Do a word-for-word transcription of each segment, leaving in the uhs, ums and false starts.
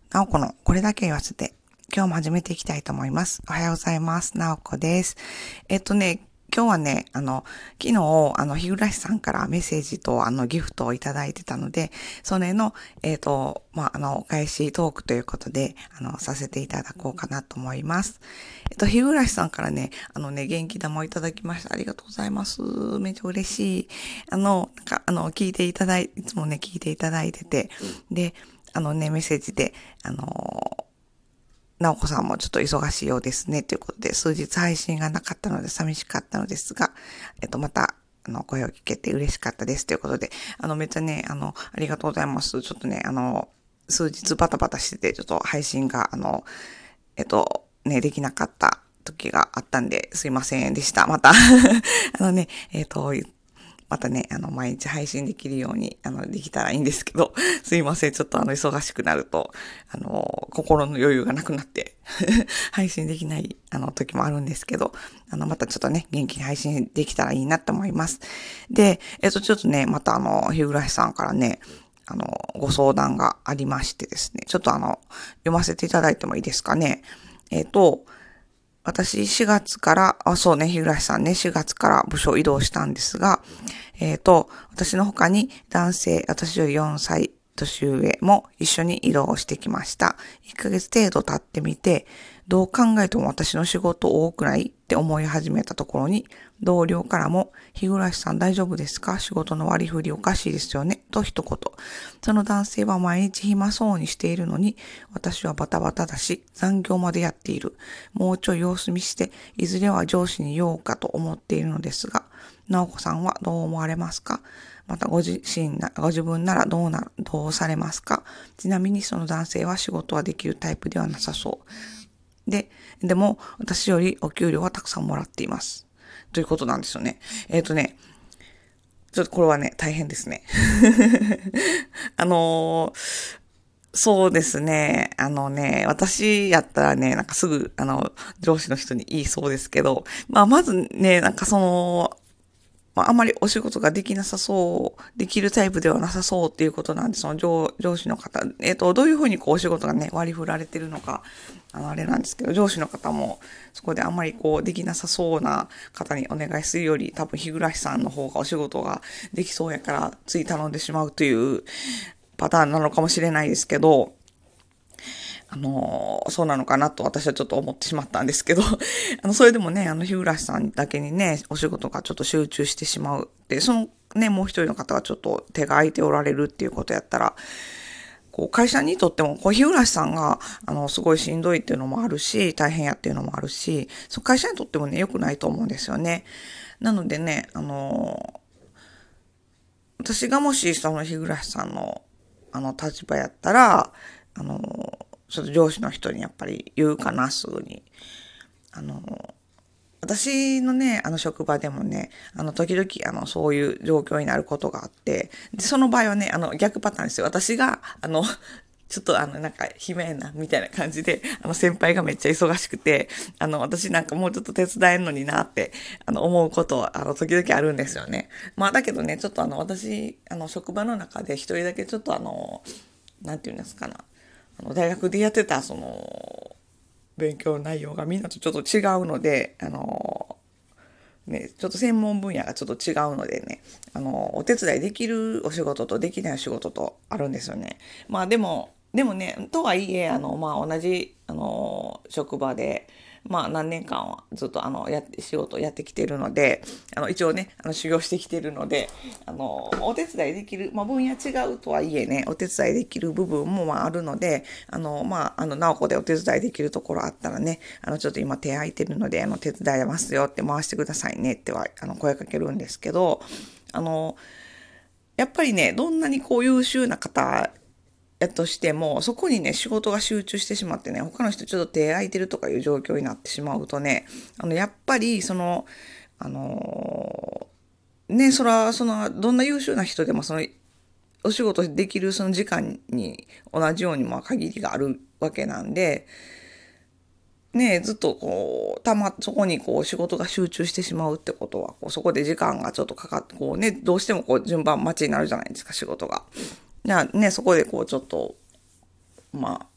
なおこのこれだけ言わせて、今日も始めていきたいと思います。おはようございます。なおこです。えっとね、今日はね、あの、昨日、あの、日暮さんからメッセージと、あの、ギフトをいただいてたので、それの、えっと、まあ、あの、お返しトークということで、あの、させていただこうかなと思います。えっと、日暮さんからね、あのね、元気玉をいただきました。ありがとうございます。めっちゃ嬉しい。あの、なんか、あの、聞いていただい、いつもね、聞いていただいてて、で、あのね、メッセージで、あの、なおこさんもちょっと忙しいようですね、ということで、数日配信がなかったので寂しかったのですが、えっと、また、あの、声を聞けて嬉しかったです、ということで、あの、めっちゃね、あの、ありがとうございます。ちょっとね、あの、数日バタバタしてて、ちょっと配信が、あの、えっと、ね、できなかった時があったんで、すいませんでした。またあのね、えっと、またね、あの、毎日配信できるように、あの、できたらいいんですけど、すいません。ちょっとあの、忙しくなると、あの、心の余裕がなくなって配信できない、あの、時もあるんですけど、あの、またちょっとね、元気に配信できたらいいなと思います。で、えっと、ちょっとね、またあの、日暮さんからね、あの、ご相談がありましてですね、ちょっとあの、読ませていただいてもいいですかね。えっと、私しがつから、あ、そうね、日暮さんね、しがつから部署移動したんですが、えっと、私の他に男性、私よりよんさい年上も一緒に移動してきました。いっかげつ程度経ってみて、どう考えても私の仕事多くないって思い始めたところに、同僚からも、日暮さん大丈夫ですか？仕事の割り振りおかしいですよね。と一言。その男性は毎日暇そうにしているのに、私はバタバタだし、残業までやっている。もうちょい様子見して、いずれは上司に言おうかと思っているのですが、直子さんはどう思われますか？またご自身な、ご自分ならどうな、どうされますか？ちなみにその男性は仕事はできるタイプではなさそう。で、でも私よりお給料はたくさんもらっています。ということなんですよね。えっとね、ちょっとこれはね、大変ですね。あのーそうですね。あのね、私やったらね、なんかすぐ、あの、上司の人に言いそうですけど、まあ、まずね、なんかその、まあ、あまりお仕事ができなさそう、できるタイプではなさそうっていうことなんで、その上上司の方、えっと、どういうふうにこうお仕事がね、割り振られてるのか、あの、あれなんですけど、上司の方も、そこであんまりこう、できなさそうな方にお願いするより、多分、日暮さんの方がお仕事ができそうやから、つい頼んでしまうというパターンなのかもしれないですけど、あの、そうなのかなと私はちょっと思ってしまったんですけど、あの、それでもね、あの、日暮さんだけにね、お仕事がちょっと集中してしまう。で、そのね、もう一人の方がちょっと手が空いておられるっていうことやったら、こう、会社にとっても、こう、日暮さんが、あの、すごいしんどいっていうのもあるし、大変やっていうのもあるし、その会社にとってもね、良くないと思うんですよね。なのでね、あの、私がもし、その日暮さんの、あの、立場やったら、あの、ちょっと上司の人にやっぱり言うかな、すぐに。あの、私のね、あの職場でもね、あの、時々、あの、そういう状況になることがあって、で、その場合はね、あの、逆パターンですよ。私が、あの、ちょっとあの、なんか、悲鳴な、みたいな感じで、あの、先輩がめっちゃ忙しくて、あの、私なんかもうちょっと手伝えんのになって、あの、思うことは、あの、時々あるんですよね。まあ、だけどね、ちょっとあの、私、あの、職場の中で一人だけちょっとあの、なんていうんですかな、あの、大学でやってた、その、勉強内容がみんなとちょっと違うので、あの、ね、ちょっと専門分野がちょっと違うのでね、あの、お手伝いできるお仕事とできないお仕事とあるんですよね。まあでも、でもね、とはいえ、あの、まあ同じ、あの、職場で、まあ何年間はずっとあの、やって、仕事をやってきているので、あの、一応ね、あの、修行してきているので、あの、お手伝いできる、まあ分野違うとはいえね、お手伝いできる部分もまああるので、あの、まあ、あの、なおこでお手伝いできるところあったらね、あの、ちょっと今手空いてるので、あの、手伝いますよって回してくださいねっては、あの、声かけるんですけど、あの、やっぱりね、どんなにこう優秀な方やとしても、そこにね、仕事が集中してしまってね、他の人ちょっと手空いてるとかいう状況になってしまうとね、あの、やっぱり、その、あのね、そら、その、どんな優秀な人でも、その、お仕事できるその時間に同じようにまあ限りがあるわけなんで、ね、ずっとこう、たま、そこにこう仕事が集中してしまうってことは、こうそこで時間がちょっとかかって、こうね、どうしてもこう順番待ちになるじゃないですか、仕事が。じゃあね、そこでこうちょっと、まあ、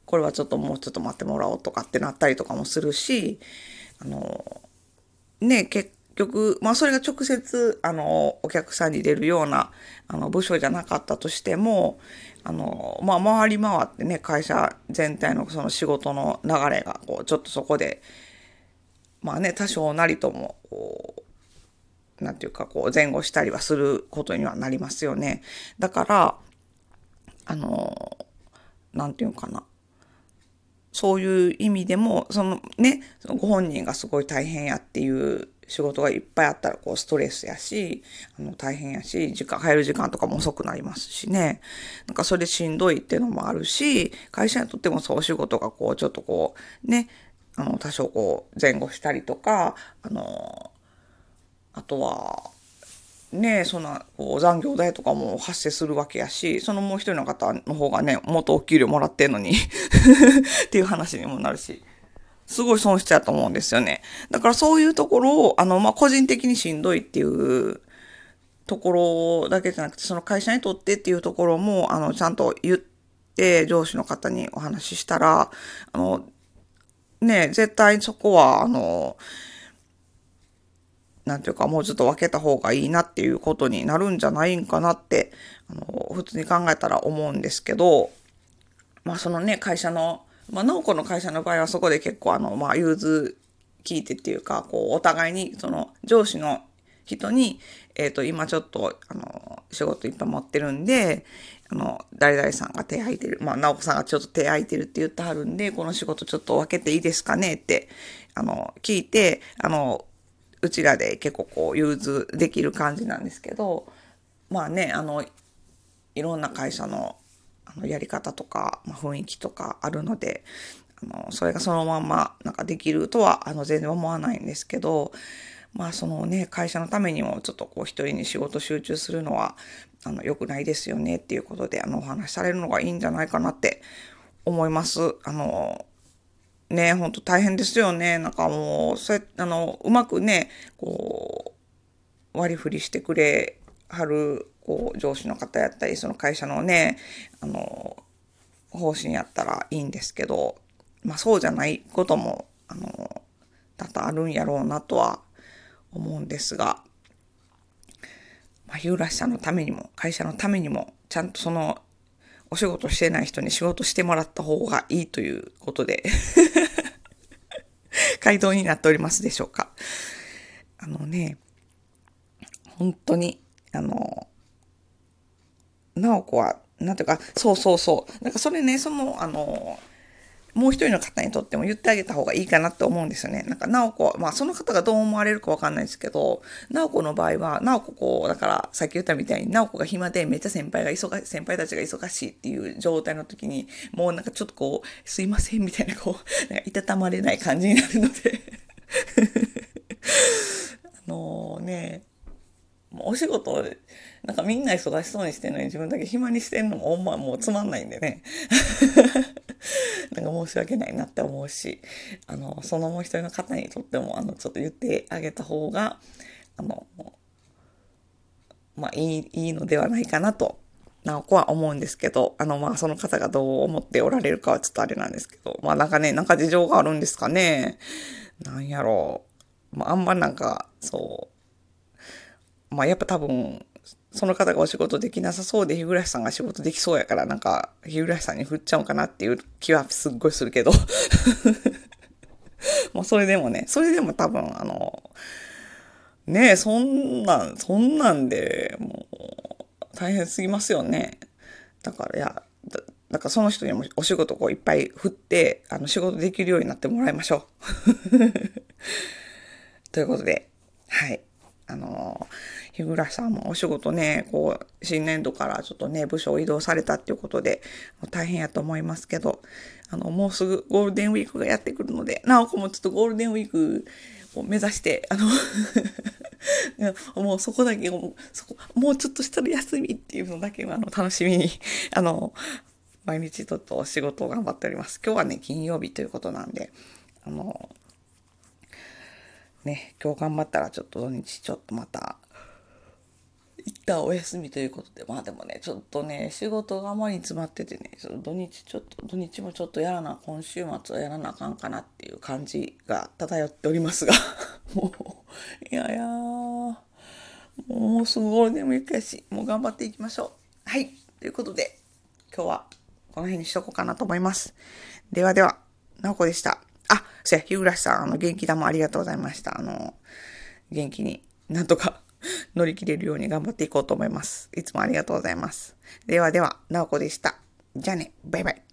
これはちょっともうちょっと待ってもらおうとかってなったりとかもするし、あの、ね、結局、まあそれが直接、あの、お客さんに出るような、あの、部署じゃなかったとしても、あの、まあ回り回ってね、会社全体のその仕事の流れが、こう、ちょっとそこで、まあね、多少なりとも、こう、なんていうか、こう、前後したりはすることにはなりますよね。だから、あの、なんていうかな。そういう意味でも、そのね、そのご本人がすごい大変やっていう仕事がいっぱいあったら、こう、ストレスやし、あの、大変やし、時間、帰る時間とかも遅くなりますしね。なんかそれしんどいっていうのもあるし、会社にとってもそうお仕事がこう、ちょっとこう、ね、あの、多少こう、前後したりとか、あの、あとは、ねえ、そんな、こう、残業代とかも発生するわけやし、そのもう一人の方の方がね、もっとお給料もらってんのにっていう話にもなるし、すごい損失やと思うんですよね。だからそういうところを、あの、まあ、個人的にしんどいっていうところだけじゃなくて、その会社にとってっていうところも、あの、ちゃんと言って、上司の方にお話ししたら、あの、ねえ、絶対そこは、あの、なんていうか、もうちょっと分けた方がいいなっていうことになるんじゃないんかなって、あの、普通に考えたら思うんですけど、まあそのね、会社の、まあ、直子の会社の場合はそこで結構あの、まあ、融通聞いてっていうか、こう、お互いに、その、上司の人に、えっと、今ちょっと、あの、仕事いっぱい持ってるんで、あの、誰々さんが手空いてる、まあ、直子さんがちょっと手空いてるって言ってはるんで、この仕事ちょっと分けていいですかねって、あの、聞いて、あの、うちらで結構こう、融通できる感じなんですけど、まあね、あの、いろんな会社のあのやり方とか、まあ、雰囲気とかあるので、あの、それがそのまんまなんかできるとは、あの、全然思わないんですけど、まあそのね、会社のためにもちょっとこう一人に仕事集中するのは、あの、良くないですよねっていうことで、あの、お話しされるのがいいんじゃないかなって思います。あの、ね、ほんと大変ですよね。なんかもう、そうやって、あの、うまくね、こう、割り振りしてくれはる、こう、上司の方やったり、その会社のね、あの、方針やったらいいんですけど、まあそうじゃないことも、あの、多々あるんやろうなとは思うんですが、まあ、日暮さんのためにも、会社のためにも、ちゃんとその、お仕事してない人に仕事してもらった方がいいということで回答になっておりますでしょうか。あのね、本当に、あの、直子は、なんていうか、そうそうそう。なんかそれね、その、あの、もう一人の方にとっても言ってあげた方がいいかなって思うんですよね。なんか、直子、まあその方がどう思われるかわかんないですけど、直子の場合は、直子こう、だからさっき言ったみたいに、直子が暇でめっちゃ先輩が忙し、先輩たちが忙しいっていう状態の時に、もうなんかちょっとこう、すいませんみたいな、こう、なんかいたたまれない感じになるのであのね、お仕事、なんかみんな忙しそうにしてるのに自分だけ暇にしてるのもほんまもうつまんないんでね。なんか申し訳ないなって思うし、あの、そのもう一人の方にとっても、あの、ちょっと言ってあげた方が、あの、まあ、いい、いいのではないかなと、直子は思うんですけど、あの、まあ、その方がどう思っておられるかはちょっとあれなんですけど、まあ、なんかね、なんか事情があるんですかね。なんやろう。まあ、あんまなんか、そう、まあ、やっぱ多分、その方がお仕事できなさそうで、日暮さんが仕事できそうやから、なんか、日暮さんに振っちゃうかなっていう気はすっごいするけど。もうそれでもね、それでも多分、あの、ねえ、そんなん、そんなんで、もう、大変すぎますよね。だから、いや、だ、だからその人にもお仕事こういっぱい振って、あの、仕事できるようになってもらいましょう。ということで、はい。あの、日暮さんもお仕事ね、こう、新年度からちょっとね、部署を移動されたっていうことで、大変やと思いますけど、あの、もうすぐゴールデンウィークがやってくるので、なおこもちょっとゴールデンウィークを目指して、あのもうそこだけ、もう、そこ、もうちょっとしたら休みっていうのだけは、あの、楽しみに、あの、毎日ちょっと仕事を頑張っております。今日はね、金曜日ということなんで、あの、ね、今日頑張ったらちょっと土日ちょっとまた一旦お休みということで、まあでもね、ちょっとね、仕事があまりに詰まっててね、その土日ちょっと、土日もちょっとやらな、今週末はやらなあかんかなっていう感じが漂っておりますが、もう、いやいやー、もうすぐゴールデンウィークやし、もう頑張っていきましょう。はい。ということで、今日はこの辺にしとこうかなと思います。ではでは、なおこでした。あ、そや、日暮さん、あの、元気玉ありがとうございました。あの、元気になんとか乗り切れるように頑張っていこうと思います。いつもありがとうございます。ではでは、なおこでした。じゃあね、バイバイ。